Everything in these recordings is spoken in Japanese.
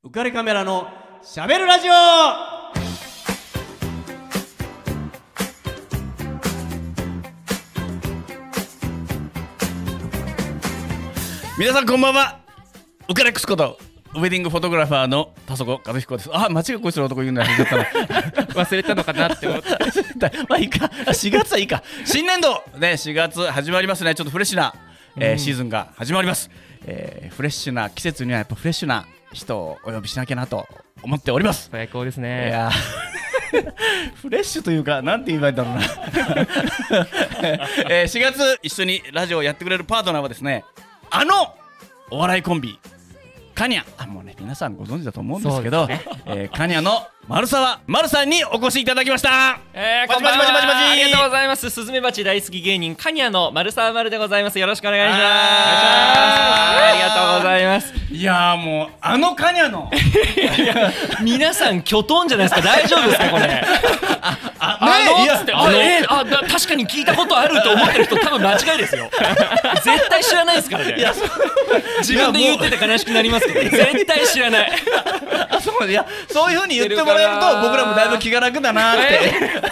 浮かれカメラのしゃべるラジオ。 皆さんこんばんは。ウカレックスことウェディングフォトグラファーの田底和彦です。あ、間違いこいつの男言うんだよ。 忘れたのかなって思ってまあいいか、4月はいいか。新年度ね、4月始まりますね。ちょっとフレッシュな、シーズンが始まります。フレッシュな季節にはやっぱフレッシュな人をお呼びしなきゃなと思っております。 最高ですいね。 やフレッシュというかなんて言えばいいんだろうな4月一緒にラジオをやってくれるパートナーはですね、あのお笑いコンビカニャ、もうね皆さんご存知だと思うんですけど、カニャの丸沢丸さんにお越しいただきました。 こんばんは。ありがとうございます。スズメバチ大好き芸人カニャの丸沢丸でございます。よろしくお願いします。ありがとうございます。 いやもうあのカニャの皆さんキョトンじゃないですか。大丈夫ですかこれ。つって確かに聞いたことあると思ってる人多分間違いですよ。絶対知らないですからね。自分で言ってて悲しくなりますけど絶対知らない。 そういや、そういう風に言ってもらえると僕らもだいぶ気が楽だなって、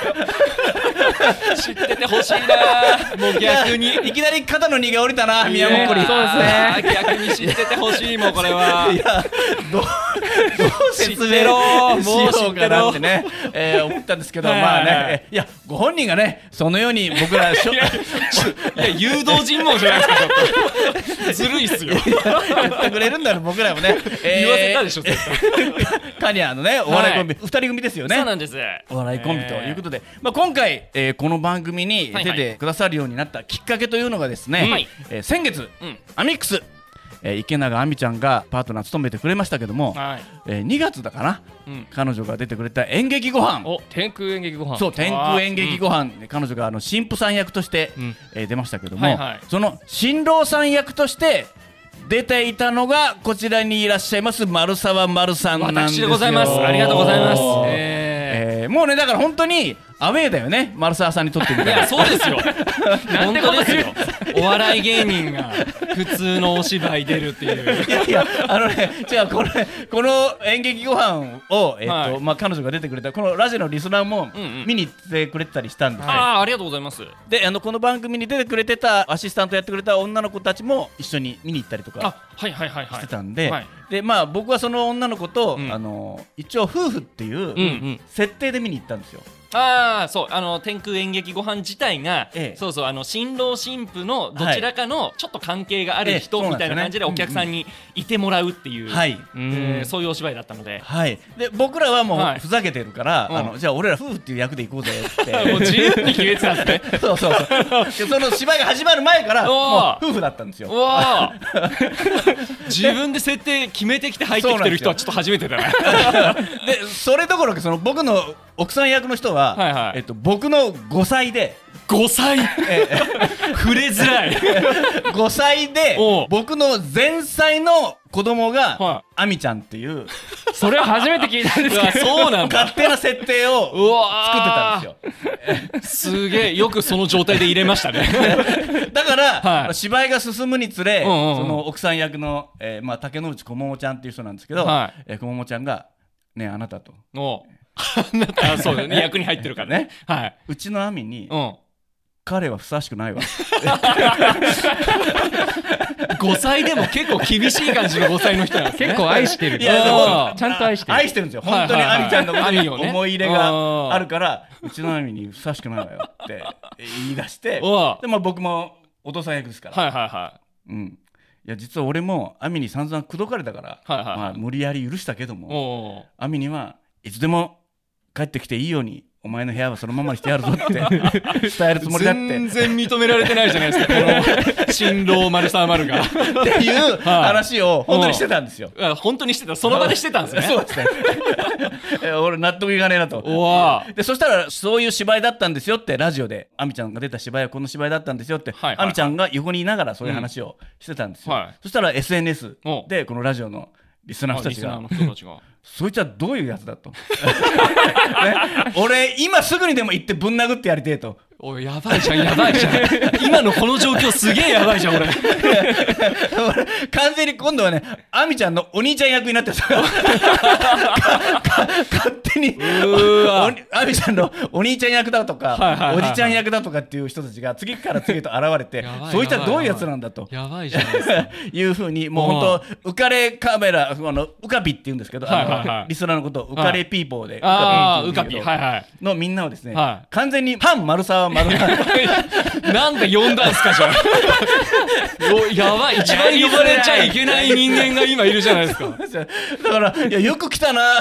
知っててほしいな。もう逆にいきなり肩の荷が下りたな、宮もっこり。 そうですね。逆に知っててほしいもんこれは。 いやどう説明しようかなってね、思ったんですけど、まあね、いやご本人がねそのように僕らいや誘導尋問じゃないですか。ちょっとずるいっすよ。 言ってくれるんだろ僕らもね、 言わせたでしょ絶対。 カニャのねお笑いコンビ、2人組ですよね。 そうなんです。 お笑いコンビということで、今回、この番組に出てくださるようになったきっかけというのがですね、先月、アミックス、池永亜美ちゃんがパートナー務めてくれましたけども、2月だかな、彼女が出てくれた演劇ご飯、 天空演劇ご飯。 そう、天空演劇ご飯で彼女が新婦さん役として、出ましたけども、その新郎さん役として出ていたのがこちらにいらっしゃいます丸沢丸さんなんですよ。 私でございます。ありがとうございます。 もうねだから本当にアウェーだよね、丸沢さんにとってみたら。いやそうですよ。本当ですよ。お笑い芸人が普通のお芝居出るっていう。 いや違う、この演劇ご飯を彼女が出てくれたこのラジオのリスナーも見に行ってくれてたりしたんですよ。 ありがとうございます。 でこの番組に出てくれてたアシスタントやってくれた女の子たちも一緒に見に行ったりとかしてたんで、で僕はその女の子と一応夫婦っていう設定で見に行ったんですよ。 そう天空演劇ご飯自体が、そう新郎新婦のどちらかのちょっと関係がある人みたいな感じでお客さんにいてもらうっていう、そういうお芝居だったので、 で僕らはもうふざけてるから、じゃあ俺ら夫婦っていう役で行こうぜってもう自由に決めてたんですね。 そうその芝居が始まる前からもう夫婦だったんですよ。 自分で設定決めてきて入ってきてる人はちょっと初めてだな。 でそれどころかその僕の奥さん役の人は、僕の5歳で 5歳触れづらい 5歳で僕の前妻の子供が亜美ちゃんっていう、 それは初めて聞いたんですけど、そうなんだ。 勝手な設定を作ってたんですよ。 すげえよくその状態で入れましたね。 だから、芝居が進むにつれ、その奥さん役の、竹之内こももちゃんっていう人なんですけど、こももちゃんがね、あなたとそうだね、役に入ってるからね。 うちの亜美に、彼はふさわしくないわ。 5歳でも結構厳しい感じの5歳の人なんですね。結構愛してる。 いやちゃんと愛してる。 愛してるんですよ。本当に亜美ちゃんのことに思い入れがあるから、うちの亜美にふさわしくないわよって言い出して、で僕もお父さん役ですから。いや実は俺も亜美に散々口説かれたから、無理やり許したけども、亜美にはいつでも帰ってきていいようにお前の部屋はそのままにしてやるぞって伝えるつもりだって。 全然認められてないじゃないですか、この新郎丸沢丸がっていう話を本当にしてたんですよ。 本当にしてた、その場でしてたんですね。 そうですね。俺納得いかねえなと。でそしたらそういう芝居だったんですよってラジオで、亜美ちゃんが出た芝居はこの芝居だったんですよって、亜美ちゃんが横にいながらそういう話をしてたんですよ。そしたら SNS でこのラジオのリスナーの人たちがそいつはどういうやつだと、俺今すぐにでも行ってぶん殴ってやりてえとおいやばいじゃん今のこの状況すげえやばいじゃん俺完全に今度はねアミちゃんのお兄ちゃん役になってさ勝手にアミちゃんのお兄ちゃん役だとか、おじちゃん役だとかっていう人たちが次から次へと現れてそういったらどういうやつなんだとやばいじゃないですかいうふうにもう本当浮かれカメラ浮かびって言うんですけど、リスナーのことを浮かれピーポーで浮かびのみんなをですね、完全に反丸沢丸なんで呼んだんすかじゃあやばい一番呼ばれちゃいけない人間が今いるじゃないですかだからいやよく来たな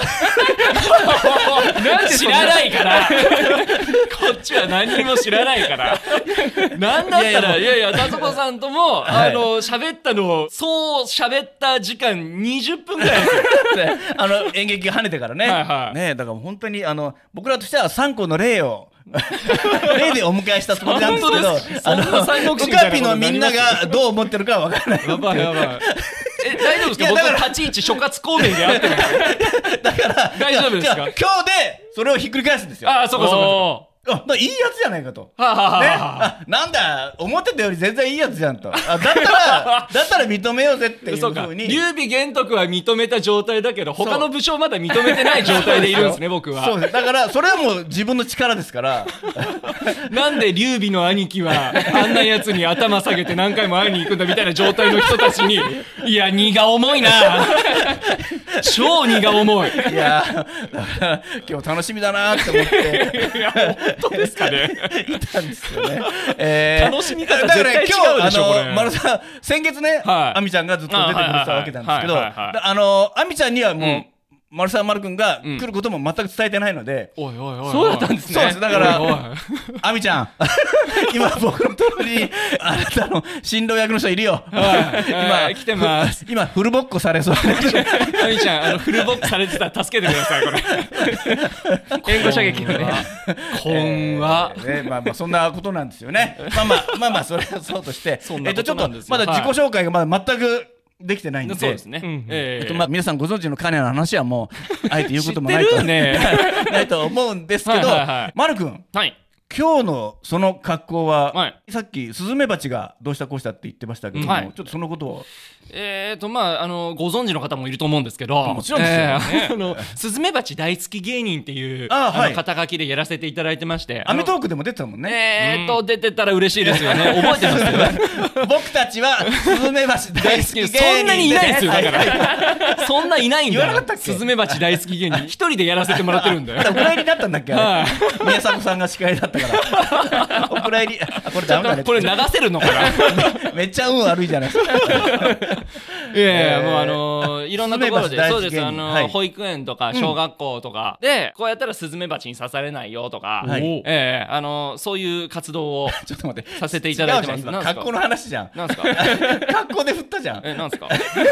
なんで知らないからこっちは何にも知らないからなんだったらいや達子さんとも喋ったのそう喋った時間20分ぐらいですよ演劇が跳ねてからね、ねだから本当に僕らとしては3個の例でお迎えしたつもりなんですけどウカピのみんながどう思ってるかは分からない。 やばい大丈夫ですか？僕の立ち位置諸葛孔明であってるだから大丈夫ですか？ 今日でそれをひっくり返すんですよ。 そうかいいやつじゃないかと、なんだ思ってたより全然いいやつじゃんと、だったら認めようぜっていうふうに。 劉備玄徳は認めた状態だけど他の武将まだ認めてない状態でいるんですね僕は。 そうです。だからそれはもう自分の力ですからなんで劉備の兄貴はあんなやつに頭下げて何回も会いに行くんだみたいな状態の人たちにいや荷が重いな超荷が重い。 いやだから今日楽しみだなって思って本当ですかねいたんですよね。 楽しみ方絶対違うでしょこれ。 だから今日丸さん先月ね、アミちゃんがずっと出てくれてたわけなんですけど、アミちゃんにはもう丸沢丸くんが来ることも全く伝えてないので、 そうだったんですね。 そうです。だからアミちゃん今僕のところにあなたの新郎役の人いるよ。 今来てます。 今フルボッコされそうアミちゃんフルボッコされてたら助けてくださいこれ援護射撃のねこんわまあそんなことなんですよね。まあそれはそうとしてちょっとまだ自己紹介がまだ全くできてないんで、 そうですね。 皆さんご存知のカネの話はもうあえて言うこともないとないと思うんですけど、丸くん、今日のその格好はさっきスズメバチがどうしたこうしたって言ってましたけども、ちょっとそのことをご存知の方もいると思うんですけど、 もちろんですよ、 スズメバチ大好き芸人っていう肩書きでやらせていただいてまして、 アメトークでも出てたもんね。 出てたら嬉しいですよね。覚えてますよ僕たちはスズメバチ大好き芸人でそんなにいないですよだからそんないないんだよ。スズメバチ大好き芸人一人でやらせてもらってるんだよ。 お蔵入りだったんだっけ宮迫さんが司会だったからお蔵入りこれダメだねこれ流せるのかなめっちゃ運悪いじゃないですか。 いやもういろんなところでそうです。保育園とか小学校とかでこうやったらスズメバチに刺されないよとか、そういう活動をちょっと待ってさせていただいてます。 格好の話じゃん。 なんすか格好で振ったじゃん。 なんすか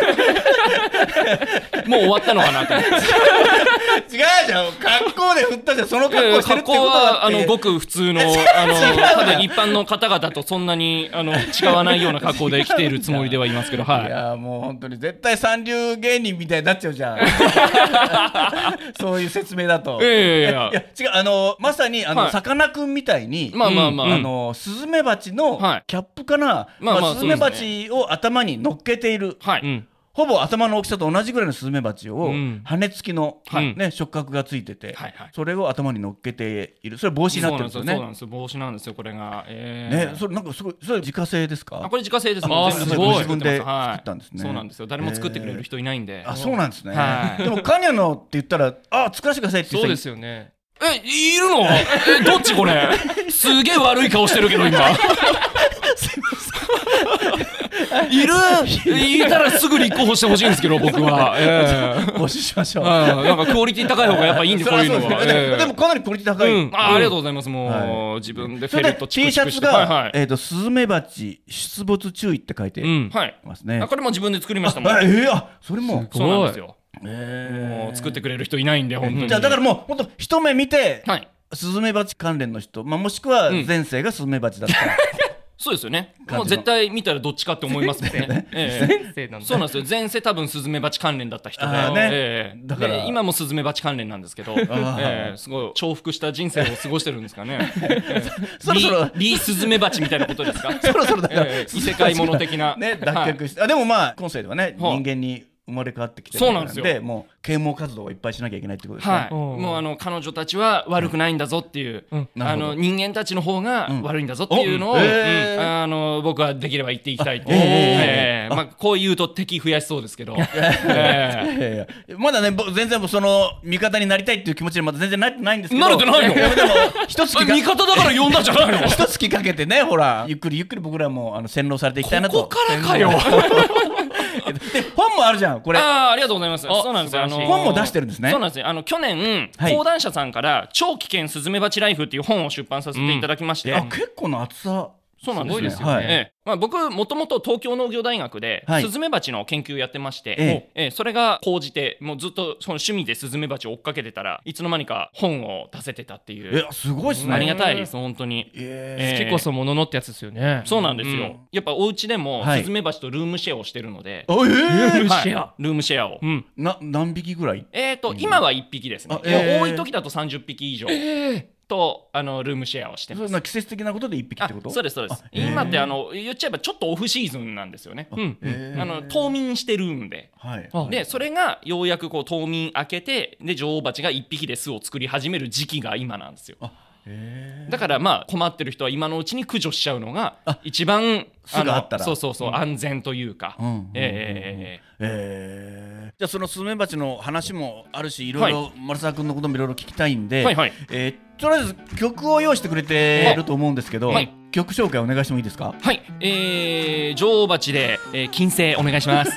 もう終わったのかなと思って。 違うじゃん。格好で振ったじゃん。その格好してるってことだって。 ごく普通の多分一般の方々とそんなに違わないような格好で生きているつもりではいますけど、いやもう本当に絶対三流芸人みたいになっちゃうじゃんそういう説明だと。いや違うまさにさかなクンみたいにスズメバチのキャップかな、スズメバチを頭に乗っけている、ほぼ頭の大きさと同じぐらいのスズメバチを羽付きの触覚がついてて、それを頭に乗っけている。それ帽子になってるんですよね。 そうなんですよ。帽子なんですよこれが。 それなんかすごい。それ自家製ですか？ これ自家製です。 全部自分で作ったんですね。 そうなんですよ。誰も作ってくれる人いないんで。 そうなんですね。でもカニャのって言ったら作らせてくださいって言って。 そうですよね。いるの？どっちこれ？すげえ悪い顔してるけど今。いたらすぐ立候補してほしいんですけど僕は。 募集しましょう。 なんかクオリティ高い方がやっぱいいんでこういうのは。 でもかなりクオリティ高い。 ありがとうございます。もう自分でフェレットチクチクして。 T シャツがスズメバチ出没注意って書いてますね。 これも自分で作りましたもん。 それもそうなんですよ。もう作ってくれる人いないんで本当に。 じゃあだからもう本当一目見てスズメバチ関連の人、もしくは前世がスズメバチだったらそうですよね。もう絶対見たらどっちかって思いますもんね。 前世なんだ。 そうなんですよ。前世多分スズメバチ関連だった人で、だから今もスズメバチ関連なんですけど、すごい重複した人生を過ごしてるんですかね。 そろそろリースズメバチみたいなことですか。 そろそろだから異世界もの的なね、脱却して、でもまあ今世ではね、人間に生まれ変わってきてるので、もう啓蒙活動をいっぱいしなきゃいけないってことですね。 もう彼女たちは悪くないんだぞっていう、人間たちの方が悪いんだぞっていうのを僕はできれば言っていきたいと。こう言うと敵増やしそうですけど、 まだね全然その味方になりたいっていう気持ちにまだ全然なってないんですけど。 慣れてないの？ でも一月味方だから呼んだじゃないの？ 一月かけてね、ほらゆっくりゆっくり僕らも洗脳されていきたいなと。 ここからかよ。 で本もあるじゃんこれ。 ありがとうございます。そうなんですよ。 本も出してるんですね。 そうなんですよ。去年講談社さんから超危険スズメバチライフっていう本を出版させていただきまして、 結構の厚さ。 そうなんですよね。僕もともと東京農業大学でスズメバチの研究やってまして、それが高じてもうずっとその趣味でスズメバチを追っかけてたらいつの間にか本を出せてたっていう。 すごいですね。 ありがたいです本当に。 好きこそもののってやつですよね。 そうなんですよ。やっぱお家でもスズメバチとルームシェアをしてるので。 ルームシェア。 ルームシェアを。 何匹ぐらい？ 今は1匹ですね。多い時だと30匹以上。とルームシェアをしてます。 季節的なことで1匹ってこと？ そうですそうです。今って言っちゃえばちょっとオフシーズンなんですよね。冬眠してるんで、でそれがようやくこう冬眠明けてで女王蜂が1匹で巣を作り始める時期が今なんですよ。だから困ってる人は今のうちに駆除しちゃうのが一番安全というか。 じゃあそのスズメバチの話もあるし、いろいろ丸沢君のこともいろいろ聞きたいんで、とりあえず曲を用意してくれてると思うんですけど、曲紹介お願いしてもいいですか？ はい、女王蜂で金星お願いします。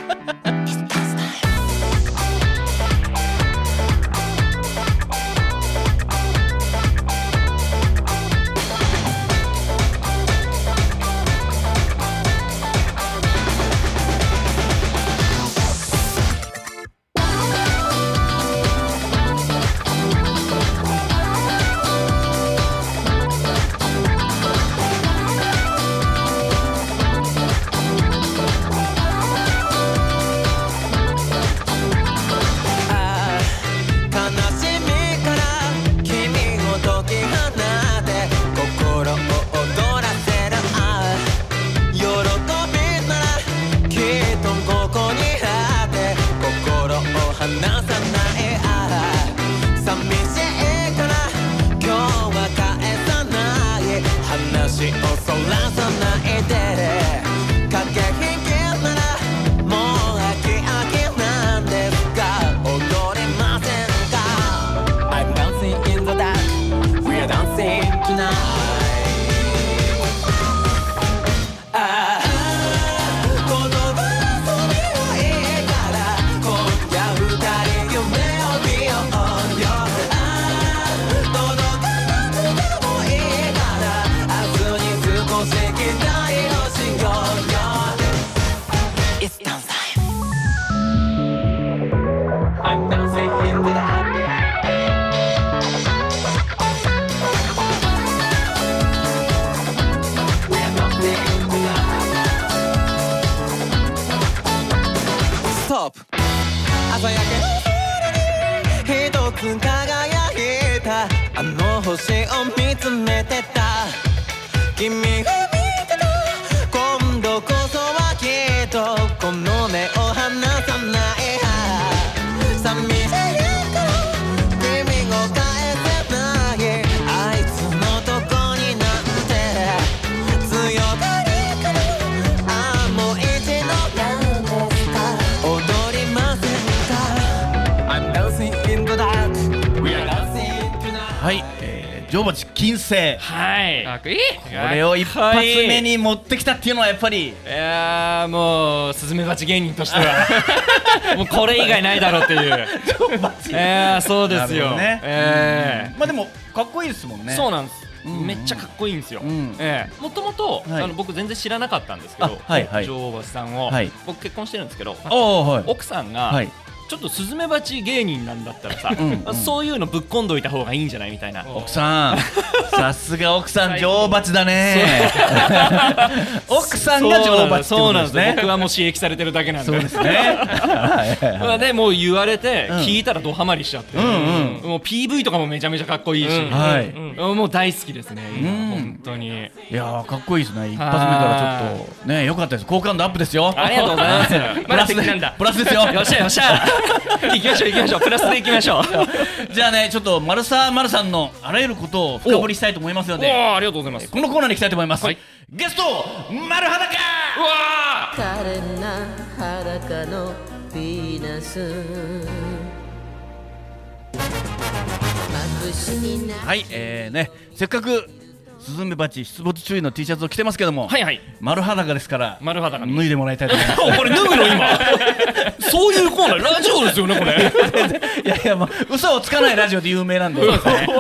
朝焼け一つ輝いたあの星を見つめてた君が見てた今度こそはきっとこの目を離さない寂しいから君を返せないあいつのとこになんて強がりからああもう一度なんですか踊りませんか I'm dancing in the dark We are dancing tonight はい、女王蜂金星、 はい、かっこいい。 これを一発目に持ってきたっていうのはやっぱりいやもうスズメバチ芸人としてはもうこれ以外ないだろうっていうそうですよね、まあでもかっこいいですもんね。 そうなんです、めっちゃかっこいいんですよ。もともと僕全然知らなかったんですけど、女王蜂さんを僕結婚してるんですけど、奥さんがちょっとスズメバチ芸人なんだったらさ、そういうのぶっこんどいた方がいいんじゃないみたいな。 奥さんさすが奥さん女王蜂だね奥さんが女王蜂ってことですね。 僕はもう刺激されてるだけなんで。 そうですねまあね、もう言われて聞いたらドハマりしちゃって、もう PV とかもめちゃめちゃかっこいいし、もう大好きですね今本当に。 いやかっこいいですね。一発目からちょっとね良かったです。好感度アップですよ。 ありがとうございますまだ敵なんだ。 プラスですよ。 よっしゃよっしゃ行きましょう行きましょう、プラスで行きましょうじゃあね、ちょっとマルさんのあらゆることを深掘りしたいと思いますので、 ありがとうございます。 このコーナーに行きたいと思います、ゲスト丸裸。 可憐な裸のヴィーナスはいね、せっかくスズメバチ出没注意の T シャツを着てますけども、丸裸ですから丸裸脱いでもらいたいと思いますこれ脱ぐの今そういうコーナー、ラジオですよねこれいやいや、まあ嘘をつかないラジオで有名なんで、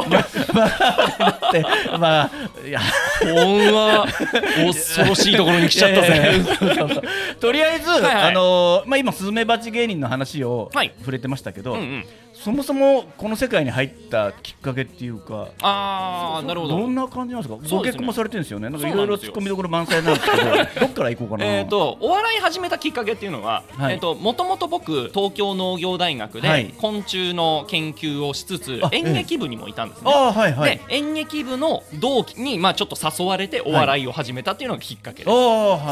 まあいやほんま恐ろしいところに来ちゃったぜ。 とりあえず今スズメバチ芸人の話を触れてましたけど、そもそもこの世界に入ったきっかけっていうか、 なるほど。 どんな感じなんですか。ご結婚もされてるんですよね。なんかいろいろツッコミどころ満載なんですけど、どっから行こうかな。 お笑い始めたきっかけっていうのは、もともと僕東京農業大学で昆虫の研究をしつつ演劇部にもいたんですね。で演劇部の同期にちょっと誘われてお笑いを始めたっていうのがきっかけです。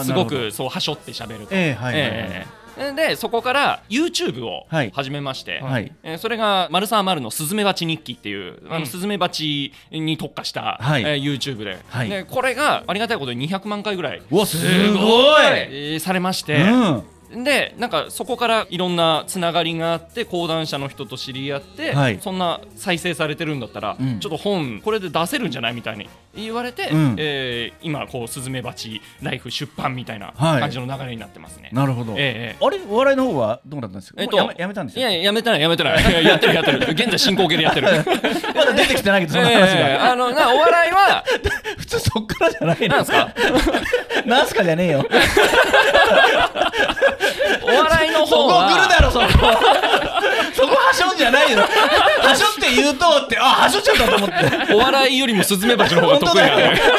すごくそうはしょって喋ると。でそこから YouTube を始めまして、それがマルサーマルのスズメバチ日記っていうスズメバチに特化した、YouTube で、でこれがありがたいことに200万回ぐらいすごいされまして、でなんかそこからいろんなつながりがあって講談社の人と知り合って、そんな再生されてるんだったら、ちょっと本これで出せるんじゃないみたいに言われて、今こうスズメバチライフ出版みたいな感じの流れになってますね。 なるほど。あれお笑いの方はどうだったんですか。やめたんですよ。 いややめてないやってる現在進行形でやってるまだ出てきてないけどその話が、 お笑いは普通そっからじゃないの。 なんすかなんすかじゃねえよお笑いの方はそこ来るだろそこはしょんじゃないよ。はしょって言うとってはしょっちゃったと思ってお笑いよりもスズメバチの方が得意なんではし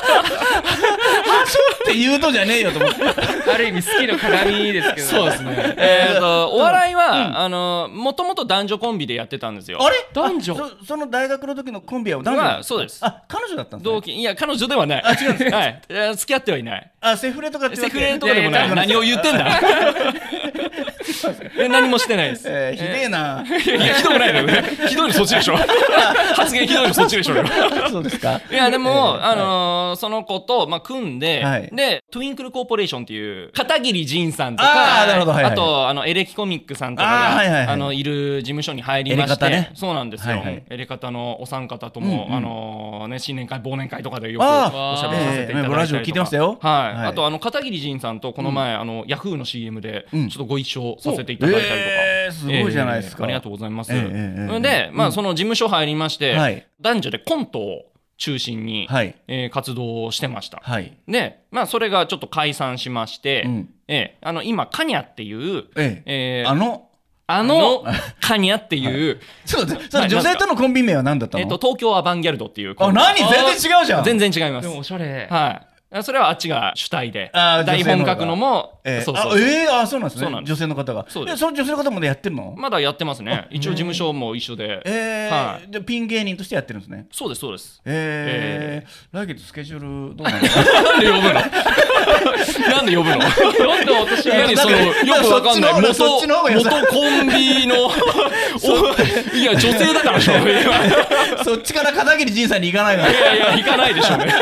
ょって言うとじゃねえよと思ってある意味好きの鏡ですけどそうですね。お笑いはもともと男女コンビでやってたんですよ。 あれ男女その大学の時のコンビは男女。 そうです。 彼女だったんですね。 いや彼女ではない。違うんです。付き合ってはいない。 セフレとかってセフレとかでもない。何を言ってんだ何もしてないです。 ひでえな。 いやひどくないのよ。ひどいのそっちでしょ。発言ひどいのそっちでしょ。 そうですか。 いやでもその子と組んで、でトゥインクルコーポレーションっていう片桐仁さんとか、あとエレキコミックさんとかがいる事務所に入りまして、そうなんですよ。エレカタのお三方とも新年会忘年会とかでよくおしゃべりさせていただいたりとか、 ラジオ聞いてましたよ。 あと片桐仁さんとこの前ヤフーの CM でちょっとご一緒させていただいたりとか、 すごいじゃないですか。 ありがとうございます。でその事務所入りまして男女でコントを中心に活動をしてました。でそれがちょっと解散しまして、今カニャっていうカニャっていうその女性とのコンビ名は何だったの。 東京アバンギャルドっていう。 何全然違うじゃん。 全然違います。 でもおしゃれ。 それはあっちが主体で台本書くのもそうなんですね。女性の方が。その女性の方もやってるの。 まだやってますね。一応事務所も一緒で。 でピン芸人としてやってるんですね。 そうですそうです。 来月スケジュールどうなの。 なんで呼ぶの。なんで呼ぶの。 どんどん私は何そのよくわかんない元コンビのいや女性だからでしょ。 そっちから片桐仁さんに行かないの。 いや行かないでしょうね。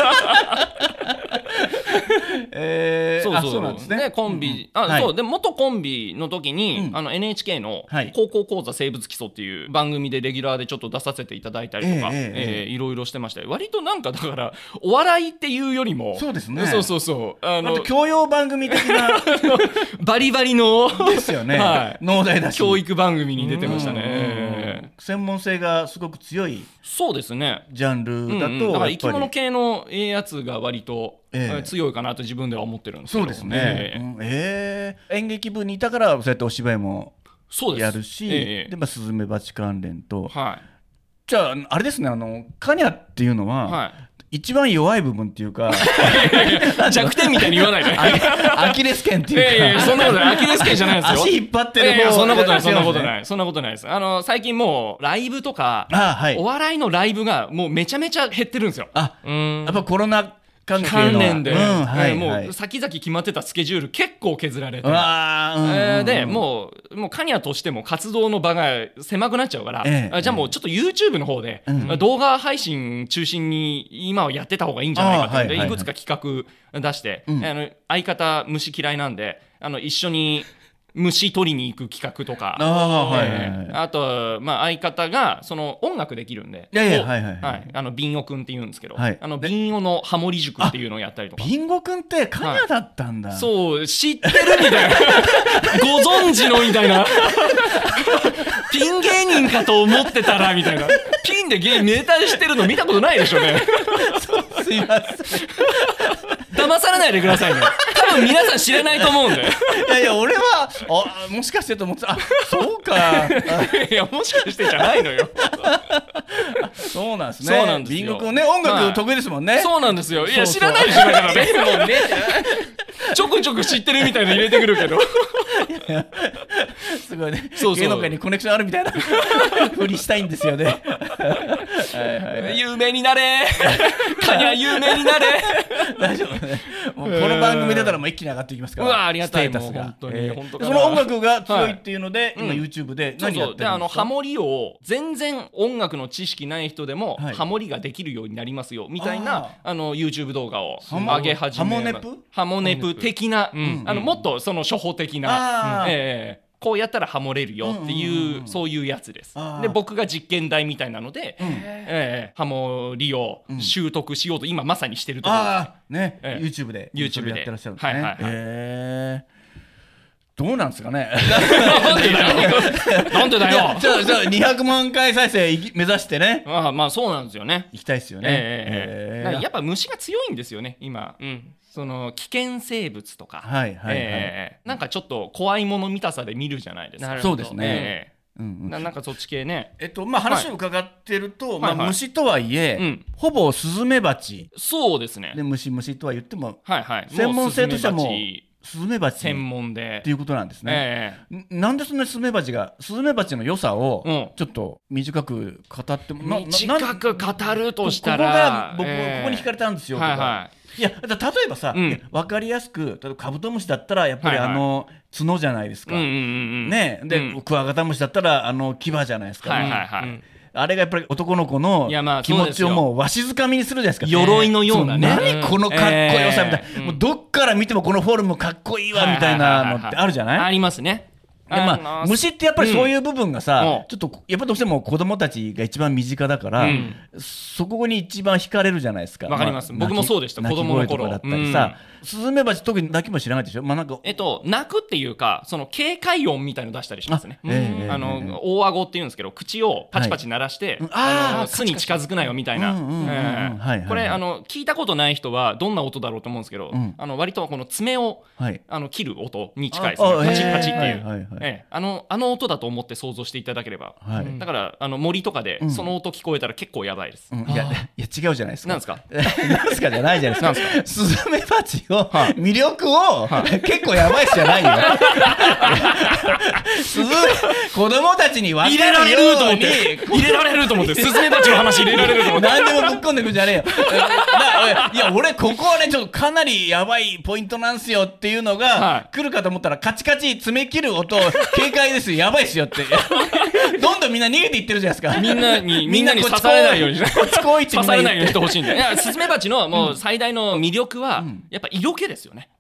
そうなんですね。コンビで元コンビの時にNHK の高校講座生物基礎っていう番組でレギュラーでちょっと出させていただいたりとかいろいろしてまして割となんかだからお笑いっていうよりもそうですね。 あと教養番組的なバリバリのですよね。農大だし教育番組に出てましたね。 専門性がすごく強いそうですねジャンルだとだから生き物系のやつが割と強いかなと自分では思ってるんですけど。 そうですね。演劇部にいたからそうやってお芝居もやるし、でスズメバチ関連と、じゃああれですね、カニャっていうのは、一番弱い部分っていうか弱点みたいに言わないでアキレス腱っていうかそんなことない、アキレス腱じゃないですよ。 足引っ張ってる方。 そんなことない、そんなことない、そんなことないです。最近もうライブとか、お笑いのライブがもうめちゃめちゃ減ってるんですよ。 やっぱコロナ関連で、もう先々決まってたスケジュール結構削られて、でもうカニャとしても活動の場が狭くなっちゃうから、じゃあもうちょっと YouTube の方で動画配信中心に今はやってた方がいいんじゃないかって、いくつか企画出して、相方虫嫌いなんで一緒に虫取りに行く企画とか、あと、相方がその音楽できるんで、ビンオくんって言うんですけど、ビンオのハモリ塾っていうのをやったりとか。 ビンオくんってカニャだったんだ。 そう知ってるみたいなご存知のみたいなピン芸人かと思ってたらみたいな、ピンでネタしてるの見たことないでしょうねすいません騙されないでくださいね。多分皆さん知らないと思うんでいや俺はもしかしてと思ってた。そうかいやもしかしてじゃないのよそうなんですね。 そうなんですよ。 ビンゴ君ね、音楽得意ですもんね。 そうなんですよ。いや知らないでしょだからねもうねちょくちょく知ってるみたいな入れてくるけどすごいね、芸能界にコネクションあるみたいなふりしたいんですよね有名になれカニャ有名になれ大丈夫ね。もうこの番組出たらもう一気に上がっていきますから。 うわありがたい、 ステータスが本当に、本当その音楽が強いっていうので、今 YouTube で何やってるんですか？ でハモリを全然音楽の知識ない人でも、ハモリができるようになりますよみたいなYouTube 動画を上げ始めます。ハモネプ的な、もっとその初歩的な、こうやったらハモれるよっていう、そういうやつです。で僕が実験台みたいなので、ハモリを習得しようと今まさにしてるところです。YouTube でやってらっしゃるんですね。どうなんですかねなんでだよじゃあ200万回再生目指してね。 まあそうなんですよね。 行きたいですよね。 やっぱ虫が強いんですよね今。その危険生物とか、なんかちょっと怖いもの見たさで見るじゃないですか。 そうですね。 なんかそっち系ね。 話を伺ってると、虫とはいえ、ほぼスズメバチ。 そうですね。 で虫とは言っても、専門性としてはもうスズメバチ専門でっていうことなんですね。なんでそんなスズメバチの良さをちょっと短く語っても、 短く語るとしたら、 ここに惹かれたんですよとか。いや例えばさ、分かりやすくカブトムシだったらやっぱり角じゃないですか。ね、でクワガタムシだったら牙じゃないですか。あれがやっぱり男の子の気持ちをもうわしづかみにするじゃないですか。 鎧のようなね。 何このかっこよさみたいな、もうどっから見てもこのフォルムかっこいいわみたいなのってあるじゃない？ ありますね。 で虫ってやっぱりそういう部分がさ、ちょっとやっぱどうしても子供たちが一番身近だから、そこに一番惹かれるじゃないですか。 わかります。僕もそうでした。子供の頃だったりさ、スズメバチ特に鳴きも知らないでしょ。なんか鳴くっていうかその警戒音みたいの出したりしますね。大顎っていうんですけど、口をパチパチ鳴らして巣に近づくなよみたいな。これ聞いたことない人はどんな音だろうと思うんですけど、割とこの爪を切る音に近いですね。パチパチっていう。あの音だと思って想像していただければ、だから森とかでその音聞こえたら結構やばいです。 いや違うじゃないですか。 なんですかなんですかじゃないじゃないですか。スズメバチを魅力を結構やばいっすじゃないよ。子供たちに分かるように入れられると思ってスズメバチの話入れられると思って何でもぶっ込んでくんじゃねえよ。いや俺ここはねちょっとかなりやばいポイントなんすよっていうのが来るかと思ったら、カチカチ爪切る音警戒ですよ、やばいっすよってどんどんみんな逃げていってるじゃないですか。 みんなに刺されないように刺されないようにしてほしいんで。いやスズメバチのもう最大の魅力はやっぱ色気ですよね。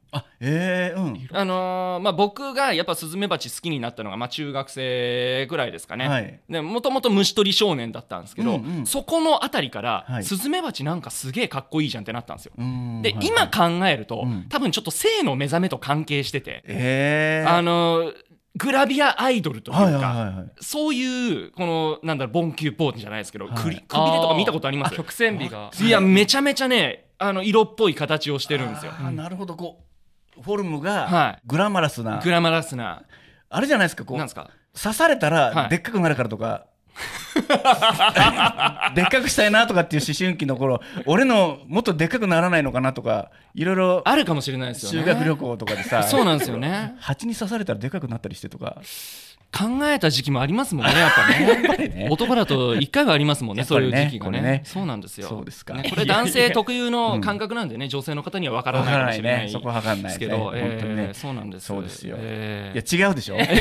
僕がやっぱスズメバチ好きになったのが中学生ぐらいですかね。もともと虫取り少年だったんですけど、そこのあたりからスズメバチなんかすげえかっこいいじゃんってなったんですよ。で今考えると多分ちょっと性の目覚めと関係してて、グラビアアイドルというか、そういうこのなんだろうボンキューポーズじゃないですけど、くびれとか見たことあります？ 曲線美がいやめちゃめちゃね色っぽい形をしてるんですよ。 なるほど。こうフォルムがグラマラスなあれじゃないですか。こうなんですか刺されたらでっかくなるからとか、でっかくしたいなとかっていう思春期の頃、俺のもっとでっかくならないのかなとか、いろいろあるかもしれないですよね。 修学旅行とかでさそうなんですよね。 蜂に刺されたらでっかくなったりしてとか考えた時期もありますもんね、やっぱね。 やっぱりね、 男だと1回はありますもんね、そういう時期が ね。そうなんですよ。 そうですか。 これ男性特有の感覚なんでね、女性の方には分からないかもしれないそこは分かんないですけど、 本当にね、 そうなんです。 そうですよ。いや違うでしょ。 違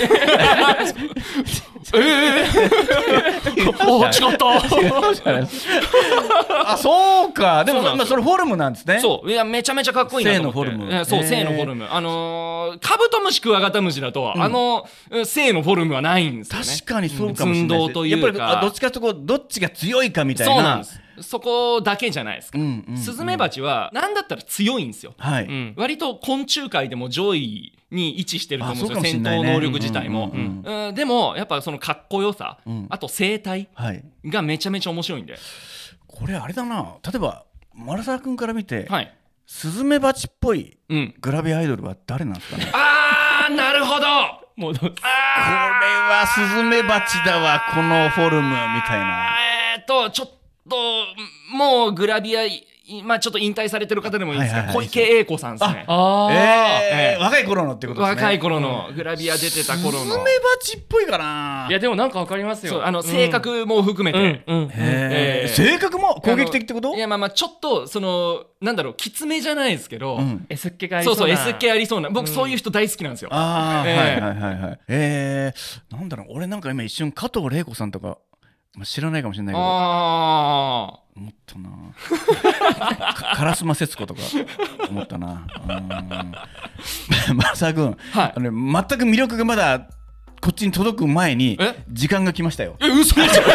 ったあ、そうか。でもそれフォルムなんですね。 そう、いやめちゃめちゃかっこいいなと思って。 性のフォルム。 そう、性のフォルム。カブトムシクワガタムシだと性のフォルムはないんですよね。 確かにそうかもしれない。 寸胴というか、 やっぱりどっちかというとどっちが強いかみたいな。 そうなんです。そこだけじゃないですか。スズメバチはなんだったら強いんですよ。割と昆虫界でも上位に位置してると思うんですよ、戦闘能力自体も。でもやっぱそのかっこよさ、あと生態がめちゃめちゃ面白いんで。 これあれだな、例えば丸沢君から見て、スズメバチっぽいグラビアアイドルは誰なんですかね。 あー、なるほど。もうこれはスズメバチだわ、このフォルムみたいな。 ちょっともうグラビア、まあちょっと引退されてる方でもいいですか、小池栄子さんですね。 若い頃のってことですね。 若い頃のグラビア出てた頃の。 スズメバチっぽいかな。 いやでもなんかわかりますよ。 性格も含めて。 性格も攻撃的ってこと？ いやまあちょっとなんだろう、きつめじゃないですけど、 S っ気がありそうな。 そうそう、S っ気ありそうな。僕そういう人大好きなんですよ。 なんだろう、俺なんか今一瞬加藤玲子さんとか知らないかもしれないけど、思ったな。烏丸節子とか思ったな。丸沢君、全く魅力がまだこっちに届く前に時間が来ましたよ。 嘘でしょ。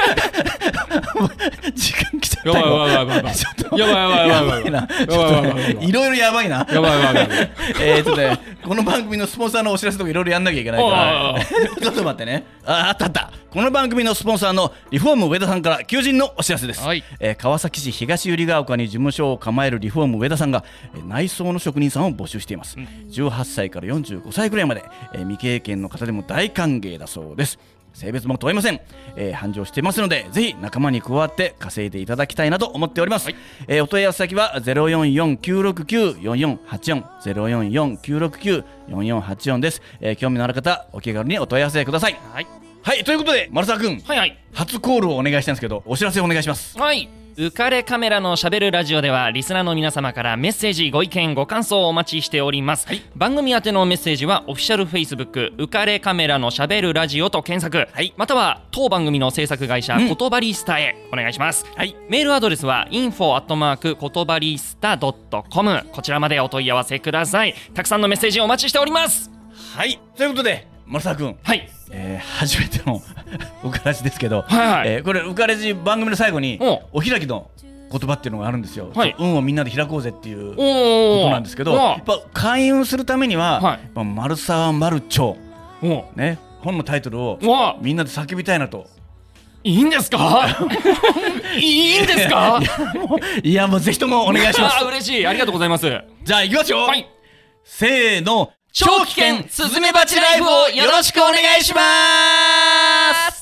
時間来ちゃったよ。 やばいな。 いろいろやばいな。この番組のスポンサーのお知らせとかいろいろやんなきゃいけないから、ちょっと待ってね。あった。この番組のスポンサーのリフォーム上田さんから求人のお知らせです。川崎市東百合ヶ丘に事務所を構えるリフォーム上田さんが内装の職人さんを募集しています。18歳から45歳くらいまで未経験の方でも大歓迎だそうです。性別も問いません。繁盛していますので、ぜひ仲間に加わって稼いでいただきたいなと思っております。お問い合わせ先は 044-969-4484 044-969-4484 です。興味のある方お気軽にお問い合わせください。はい、ということで丸沢君、初コールをお願いしたんですけど、お知らせお願いします。 浮かれカメラのしゃべるラジオではリスナーの皆様からメッセージ、ご意見、ご感想をお待ちしております。番組宛てのメッセージはオフィシャル Facebook 浮かれカメラのしゃべるラジオと検索、または当番組の制作会社、ことばりスタへお願いします。メールアドレスは info@ ことばりスタ .com、 こちらまでお問い合わせください。たくさんのメッセージお待ちしております。 ということで丸沢君、初めてのうからじですけど、これうからじ番組の最後にお開きの言葉っていうのがあるんですよ。運をみんなで開こうぜっていうことなんですけど、やっぱ開運するためには丸沢丸町ね、本のタイトルをみんなで叫びたいなと。 いいんですか？いいんですか？ いやもうぜひともお願いします。 嬉しい、ありがとうございます。 じゃあ行きますよ。せーの、 超危険スズメバチライフをよろしくお願いします。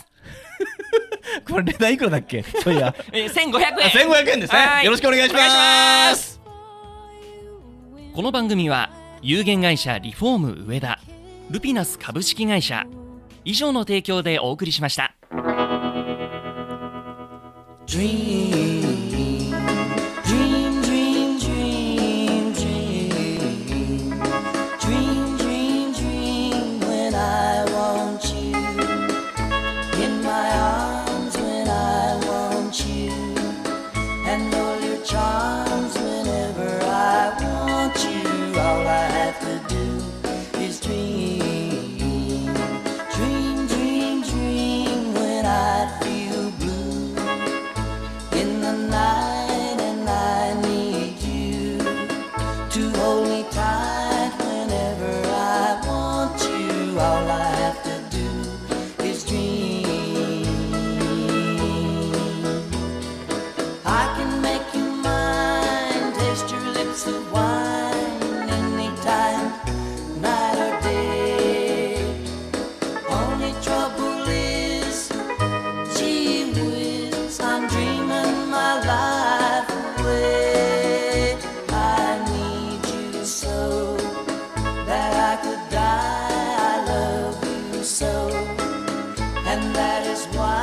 これ値段いくらだっけ？そういや 1500円。 1500円ですね。よろしくお願いします。 この番組は有限会社リフォーム上田、ルピナス株式会社以上の提供でお送りしました。 why